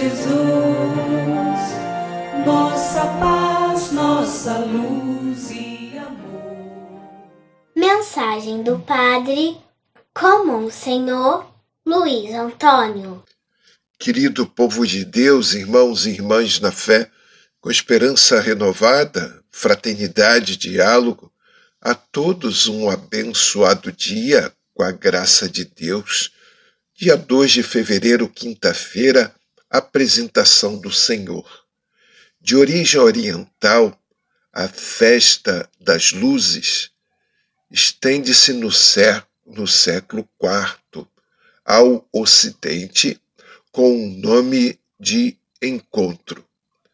Jesus, nossa paz, nossa luz e amor. Mensagem do Padre com Monsenhor Luiz Antônio. Querido povo de Deus, irmãos e irmãs na fé, com esperança renovada, fraternidade e diálogo, a todos um abençoado dia com a graça de Deus. Dia 2 de fevereiro, quinta-feira, apresentação do Senhor. De origem oriental, a festa das luzes estende-se no século IV ao Ocidente com o nome de encontro,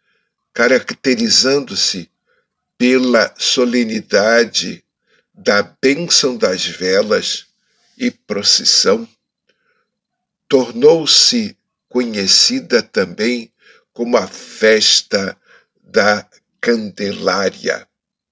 caracterizando-se pela solenidade da bênção das velas e procissão. Tornou-se conhecida também como a festa da Candelária.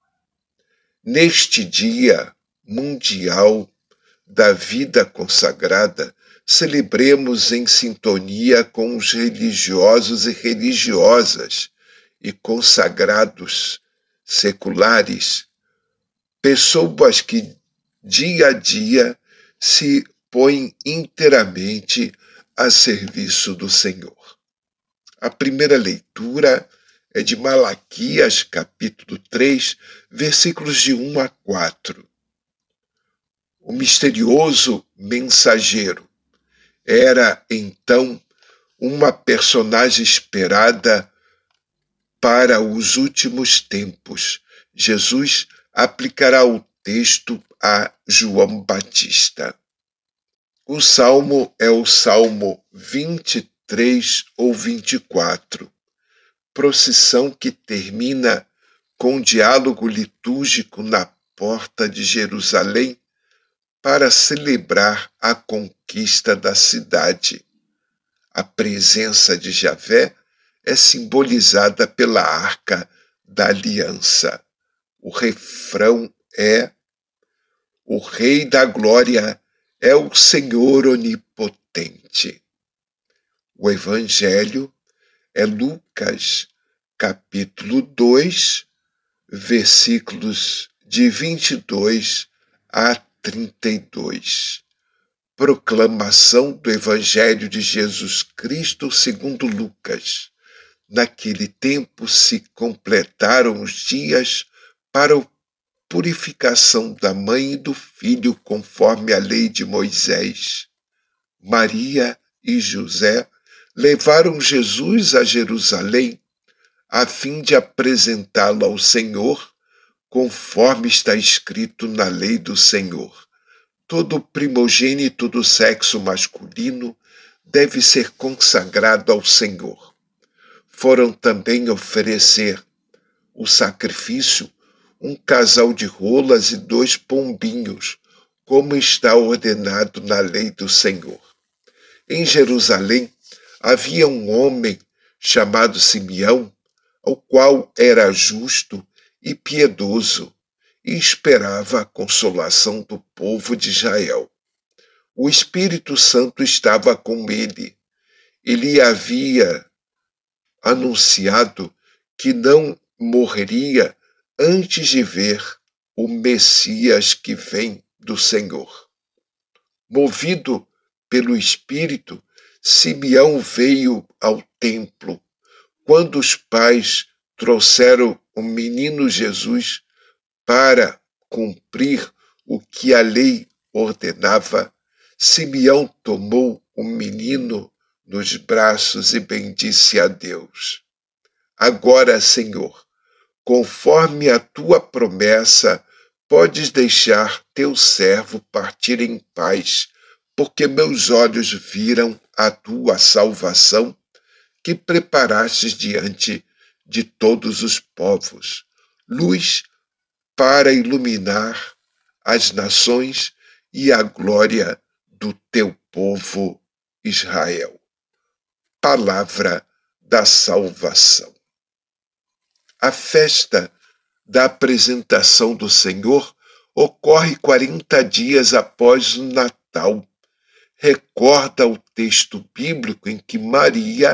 Neste Dia Mundial da Vida Consagrada, celebremos em sintonia com os religiosos e religiosas e consagrados seculares, pessoas que dia a dia se põem inteiramente a serviço do Senhor. A primeira leitura é de Malaquias, capítulo 3, versículos de 1 a 4. O misterioso mensageiro era, então, uma personagem esperada para os últimos tempos. Jesus aplicará o texto a João Batista. O salmo é o Salmo 23 ou 24, procissão que termina com um diálogo litúrgico na porta de Jerusalém para celebrar a conquista da cidade. A presença de Javé é simbolizada pela Arca da Aliança. O refrão é: o Rei da Glória é o Senhor Onipotente. O Evangelho é Lucas, capítulo 2, versículos de 22 a 32. Proclamação do Evangelho de Jesus Cristo segundo Lucas. Naquele tempo se completaram os dias para a purificação da mãe e do filho conforme a lei de Moisés. Maria e José levaram Jesus a Jerusalém a fim de apresentá-lo ao Senhor, conforme está escrito na lei do Senhor. Todo primogênito do sexo masculino deve ser consagrado ao Senhor. Foram também oferecer o sacrifício um casal de rolas e 2 pombinhos, como está ordenado na lei do Senhor. Em Jerusalém havia um homem chamado Simeão, o qual era justo e piedoso, e esperava a consolação do povo de Israel. O Espírito Santo estava com ele. Ele havia anunciado que não morreria antes de ver o Messias que vem do Senhor. Movido pelo Espírito, Simeão veio ao templo. Quando os pais trouxeram o menino Jesus para cumprir o que a lei ordenava, Simeão tomou o menino nos braços e bendisse a Deus. Agora, Senhor, conforme a tua promessa, podes deixar teu servo partir em paz, porque meus olhos viram a tua salvação, que preparastes diante de todos os povos, luz para iluminar as nações e a glória do teu povo Israel. Palavra da salvação. A festa da apresentação do Senhor ocorre 40 dias após o Natal. Recorda o texto bíblico em que Maria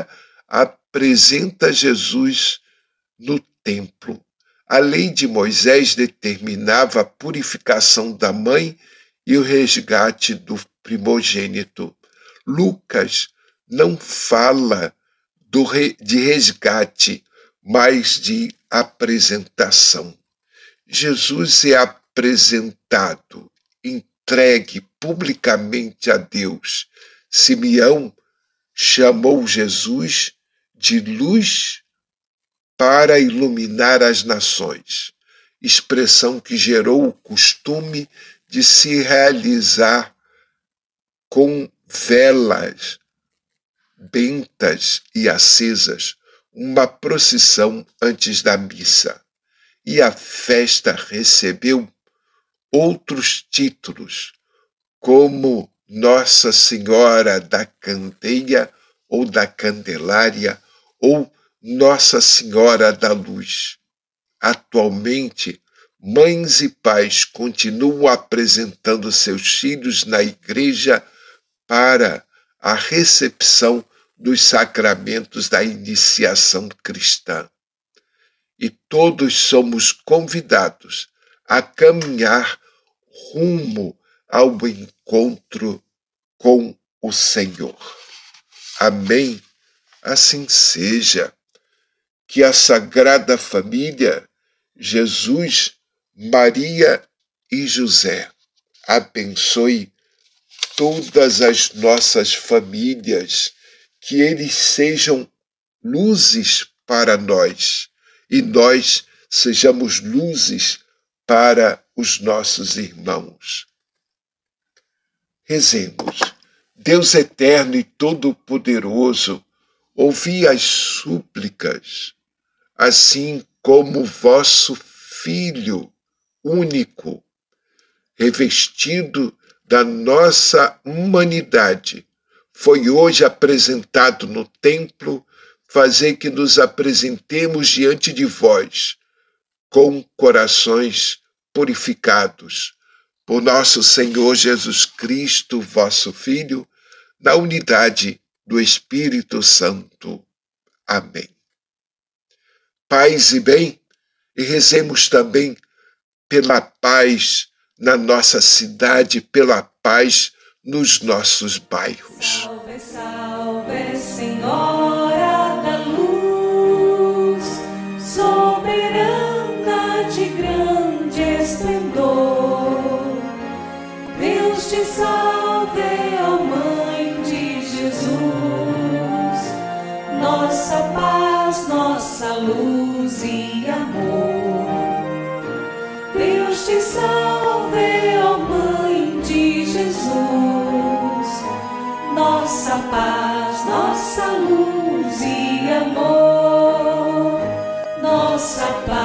apresenta Jesus no templo. A lei de Moisés determinava a purificação da mãe e o resgate do primogênito. Lucas não fala de resgate, mas de apresentação. Jesus é apresentado, entregue publicamente a Deus. Simeão chamou Jesus de luz para iluminar as nações, expressão que gerou o costume de se realizar com velas bentas e acesas uma procissão antes da missa. E a festa recebeu outros títulos, como Nossa Senhora da Candeia ou da Candelária ou Nossa Senhora da Luz. Atualmente, mães e pais continuam apresentando seus filhos na igreja para a recepção dos sacramentos da iniciação cristã. E todos somos convidados a caminhar rumo ao encontro com o Senhor. Amém? Assim seja. Que a Sagrada Família, Jesus, Maria e José, abençoe todas as nossas famílias, que eles sejam luzes para nós e nós sejamos luzes para os nossos irmãos. Rezemos. Deus eterno e todo-poderoso, ouvi as súplicas, assim como vosso Filho único, revestido da nossa humanidade, foi hoje apresentado no templo, fazer que nos apresentemos diante de vós, com corações purificados, por nosso Senhor Jesus Cristo, vosso Filho, na unidade do Espírito Santo. Amém. Paz e bem, e rezemos também pela paz na nossa cidade, pela paz nos nossos bairros. Salve, salve, Senhora da Luz, soberana de grande esplendor. Deus te salve, ó Mãe de Jesus, nossa paz, nossa luz e amor. Deus te salve, ó Mãe de Jesus, nossa paz, nossa luz e amor, nossa paz.